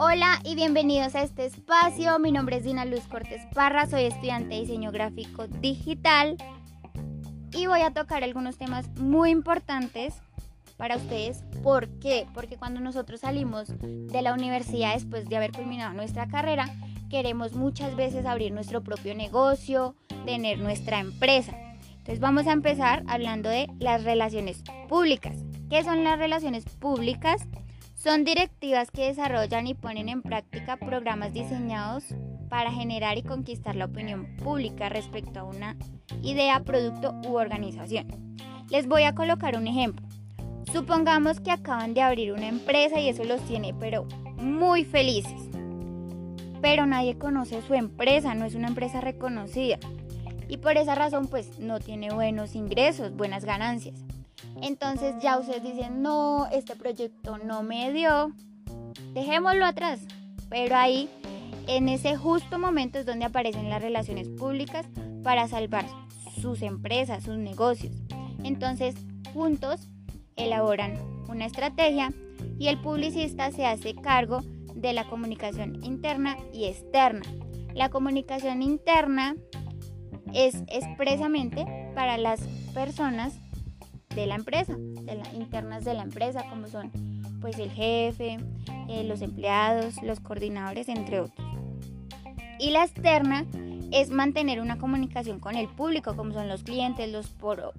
Hola y bienvenidos a este espacio. Mi nombre es Dina Luz Cortés Parra, soy estudiante de diseño gráfico digital y voy a tocar algunos temas muy importantes para ustedes. ¿Por qué? Porque cuando nosotros salimos de la universidad después de haber culminado nuestra carrera, queremos muchas veces abrir nuestro propio negocio, tener nuestra empresa. Entonces vamos a empezar hablando de las relaciones públicas. ¿Qué son las relaciones públicas? Son directivas que desarrollan y ponen en práctica programas diseñados para generar y conquistar la opinión pública respecto a una idea, producto u organización. Les voy a colocar un ejemplo. Supongamos que acaban de abrir una empresa y eso los tiene pero muy felices. Pero nadie conoce su empresa, no es una empresa reconocida. Y por esa razón pues no tiene buenos ingresos, buenas ganancias. Entonces ya ustedes dicen, no, este proyecto no me dio, dejémoslo atrás. Pero ahí, en ese justo momento es donde aparecen las relaciones públicas para salvar sus empresas, sus negocios. Entonces, juntos elaboran una estrategia y el publicista se hace cargo de la comunicación interna y externa. La comunicación interna es expresamente para las personas de la empresa, internas de la empresa, como son pues el jefe, los empleados, los coordinadores, entre otros. Y la externa es mantener una comunicación con el público, como son los clientes, los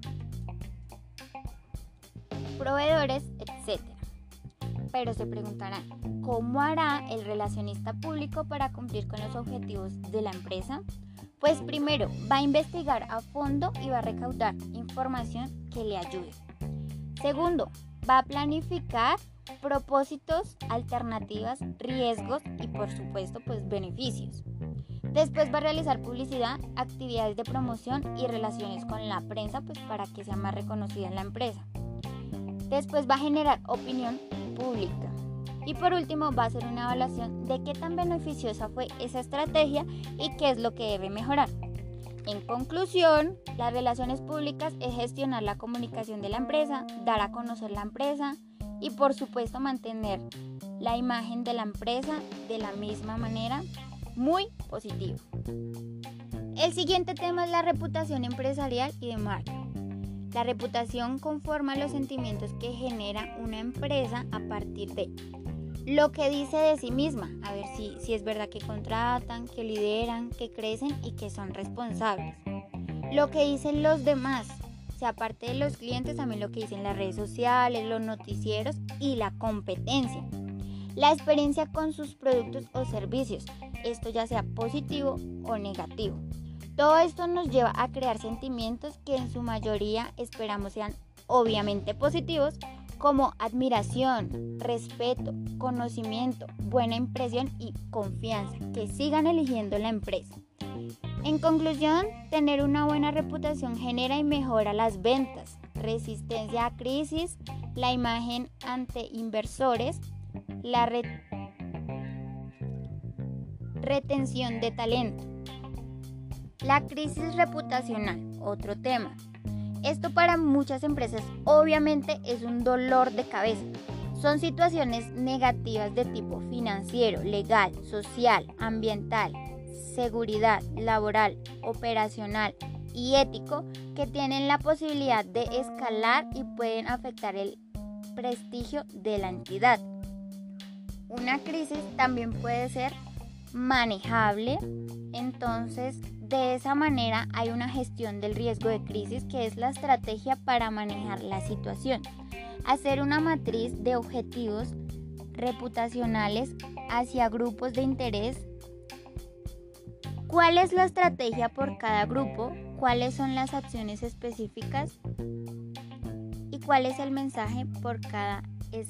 proveedores, etc. Pero se preguntarán, ¿cómo hará el relacionista público para cumplir con los objetivos de la empresa? Pues primero va a investigar a fondo y va a recaudar información que le ayude. Segundo, va a planificar propósitos, alternativas, riesgos y por supuesto pues beneficios. Después va a realizar publicidad, actividades de promoción y relaciones con la prensa pues para que sea más reconocida en la empresa. Después va a generar opinión pública. Y por último va a hacer una evaluación de qué tan beneficiosa fue esa estrategia y qué es lo que debe mejorar. En conclusión, las relaciones públicas es gestionar la comunicación de la empresa, dar a conocer la empresa y por supuesto mantener la imagen de la empresa de la misma manera muy positiva. El siguiente tema es la reputación empresarial y de marca. La reputación conforma los sentimientos que genera una empresa a partir de lo que dice de sí misma, a ver si es verdad que contratan, que lideran, que crecen y que son responsables. Lo que dicen los demás, o sea, aparte de los clientes, también lo que dicen las redes sociales, los noticieros y la competencia. La experiencia con sus productos o servicios, esto ya sea positivo o negativo. Todo esto nos lleva a crear sentimientos que en su mayoría esperamos sean obviamente positivos, como admiración, respeto, conocimiento, buena impresión y confianza, que sigan eligiendo la empresa. En conclusión, tener una buena reputación genera y mejora las ventas, resistencia a crisis, la imagen ante inversores, la retención de talento. La crisis reputacional, otro tema. Esto para muchas empresas obviamente es un dolor de cabeza. Son situaciones negativas de tipo financiero, legal, social, ambiental, seguridad, laboral, operacional y ético que tienen la posibilidad de escalar y pueden afectar el prestigio de la entidad. Una crisis también puede ser manejable, entonces de esa manera hay una gestión del riesgo de crisis que es la estrategia para manejar la situación. Hacer una matriz de objetivos reputacionales hacia grupos de interés. ¿Cuál es la estrategia por cada grupo? ¿Cuáles son las acciones específicas? ¿Y cuál es el mensaje por cada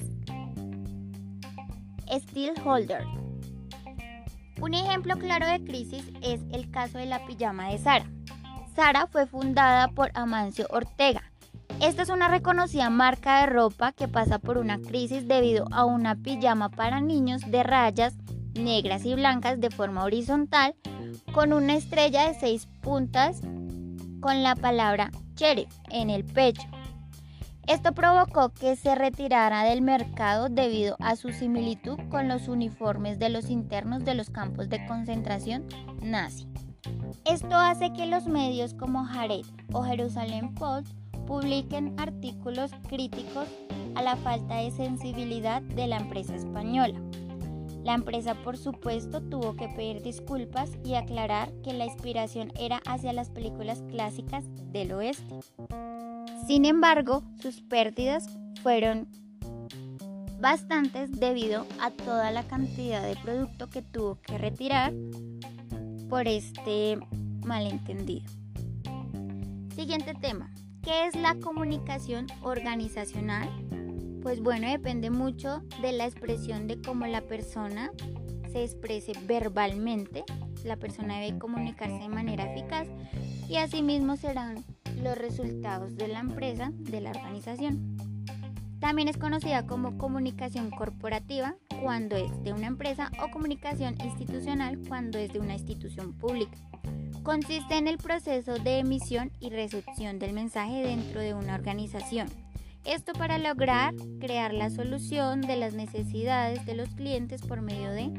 stakeholder? Un ejemplo claro de crisis es el caso de la pijama de Zara. Zara fue fundada por Amancio Ortega. Esta es una reconocida marca de ropa que pasa por una crisis debido a una pijama para niños de rayas negras y blancas de forma horizontal con una estrella de 6 puntas con la palabra sheriff en el pecho. Esto provocó que se retirara del mercado debido a su similitud con los uniformes de los internos de los campos de concentración nazi. Esto hace que los medios como Haaretz o Jerusalem Post publiquen artículos críticos a la falta de sensibilidad de la empresa española. La empresa, por supuesto, tuvo que pedir disculpas y aclarar que la inspiración era hacia las películas clásicas del oeste. Sin embargo, sus pérdidas fueron bastantes debido a toda la cantidad de producto que tuvo que retirar por este malentendido. Siguiente tema. ¿Qué es la comunicación organizacional? Pues bueno, depende mucho de la expresión de cómo la persona se exprese verbalmente. La persona debe comunicarse de manera eficaz y asimismo serán los resultados de la empresa, de la organización. También es conocida como comunicación corporativa cuando es de una empresa o comunicación institucional cuando es de una institución pública. Consiste en el proceso de emisión y recepción del mensaje dentro de una organización. Esto para lograr crear la solución de las necesidades de los clientes por medio de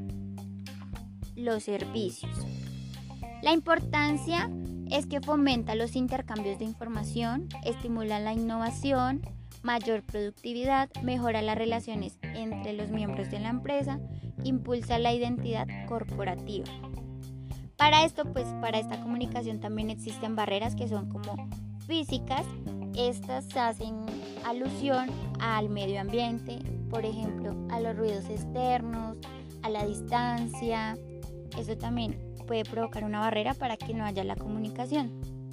los servicios. La importancia es que fomenta los intercambios de información, estimula la innovación, mayor productividad, mejora las relaciones entre los miembros de la empresa, impulsa la identidad corporativa. Para esto, para esta comunicación también existen barreras que son como físicas. Estas hacen alusión al medio ambiente, por ejemplo, a los ruidos externos, a la distancia. Eso también puede provocar una barrera para que no haya la comunicación.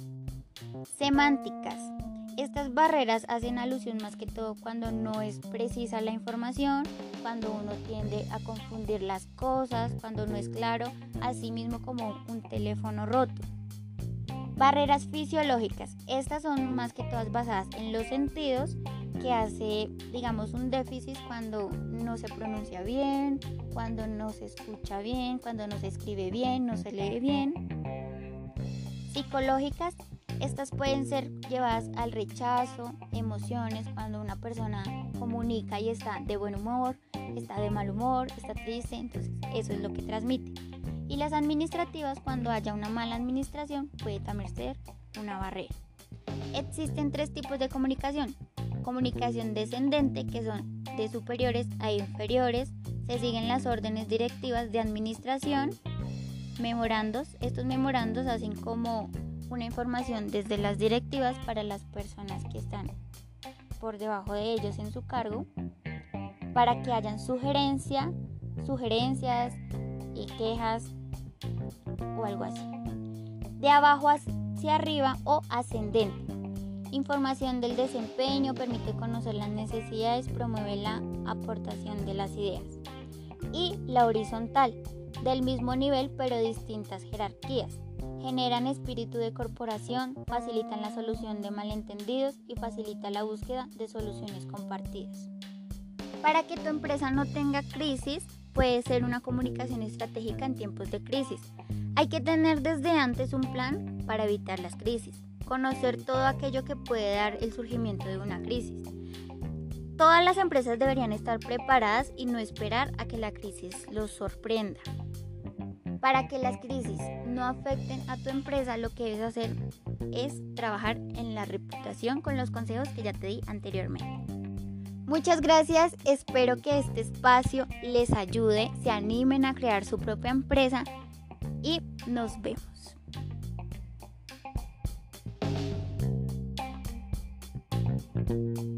Semánticas. Estas barreras hacen alusión más que todo cuando no es precisa la información, cuando uno tiende a confundir las cosas, cuando no es claro, así mismo como un teléfono roto. Barreras fisiológicas. Estas son más que todas basadas en los sentidos, que hace, digamos, un déficit cuando no se pronuncia bien, cuando no se escucha bien, cuando no se escribe bien, no se lee bien. Psicológicas. Estas pueden ser llevadas al rechazo, emociones, cuando una persona comunica y está de buen humor, está de mal humor, está triste, entonces eso es lo que transmite. Y las administrativas, cuando haya una mala administración, puede también ser una barrera. Existen 3 tipos de comunicación. Comunicación descendente, que son de superiores a inferiores, se siguen las órdenes directivas de administración. Memorandos, estos memorandos hacen como una información desde las directivas para las personas que están por debajo de ellos en su cargo, para que hayan sugerencias y quejas o algo así. De abajo hacia arriba o ascendente. Información del desempeño, permite conocer las necesidades, promueve la aportación de las ideas. Y la horizontal, del mismo nivel pero distintas jerarquías. Generan espíritu de corporación, facilitan la solución de malentendidos y facilita la búsqueda de soluciones compartidas. Para que tu empresa no tenga crisis, puede ser una comunicación estratégica en tiempos de crisis. Hay que tener desde antes un plan para evitar las crisis, conocer todo aquello que puede dar el surgimiento de una crisis. Todas las empresas deberían estar preparadas y no esperar a que la crisis los sorprenda. Para que las crisis no afecten a tu empresa, lo que debes hacer es trabajar en la reputación con los consejos que ya te di anteriormente. Muchas gracias, espero que este espacio les ayude, se animen a crear su propia empresa y nos vemos.